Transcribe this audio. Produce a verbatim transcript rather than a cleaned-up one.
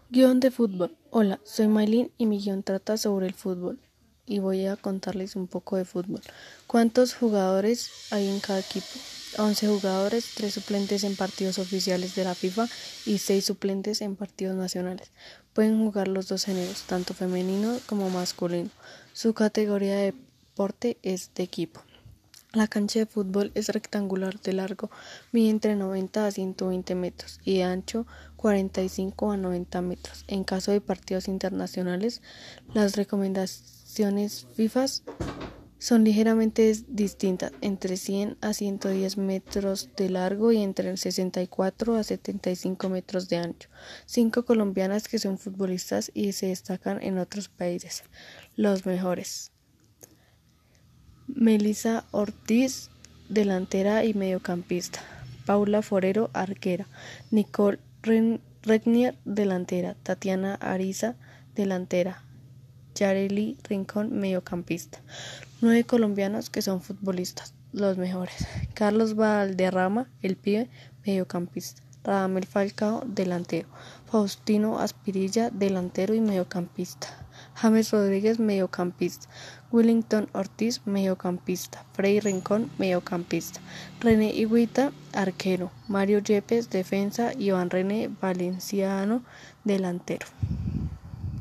Guión de fútbol. Hola, soy Maylin y mi guión trata sobre el fútbol y voy a contarles un poco de fútbol. ¿Cuántos jugadores hay en cada equipo? once jugadores, tres suplentes en partidos oficiales de la FIFA y seis suplentes en partidos nacionales. Pueden jugar los dos géneros, tanto femenino como masculino. Su categoría de deporte es de equipo. La cancha de fútbol es rectangular, de largo mide entre noventa a ciento veinte metros y de ancho cuarenta y cinco a noventa metros. En caso de partidos internacionales, las recomendaciones FIFA son ligeramente distintas, entre cien a ciento diez metros de largo y entre sesenta y cuatro a setenta y cinco metros de ancho. Cinco colombianas que son futbolistas y se destacan en otros países. Los mejores: Melissa Ortiz, delantera y mediocampista; Paula Forero, arquera; Nicole Regnier, delantera; Tatiana Ariza, delantera; Yareli Rincón, mediocampista. Nueve colombianos que son futbolistas. Los mejores: Carlos Valderrama, el pibe, mediocampista; Radamel Falcao, delantero; Faustino Aspirilla, delantero y mediocampista; James Rodríguez, mediocampista; Willington Ortiz, mediocampista; Frei Rincón, mediocampista; René Higuita, arquero; Mario Yepes, defensa; Iván René Valenciano, delantero.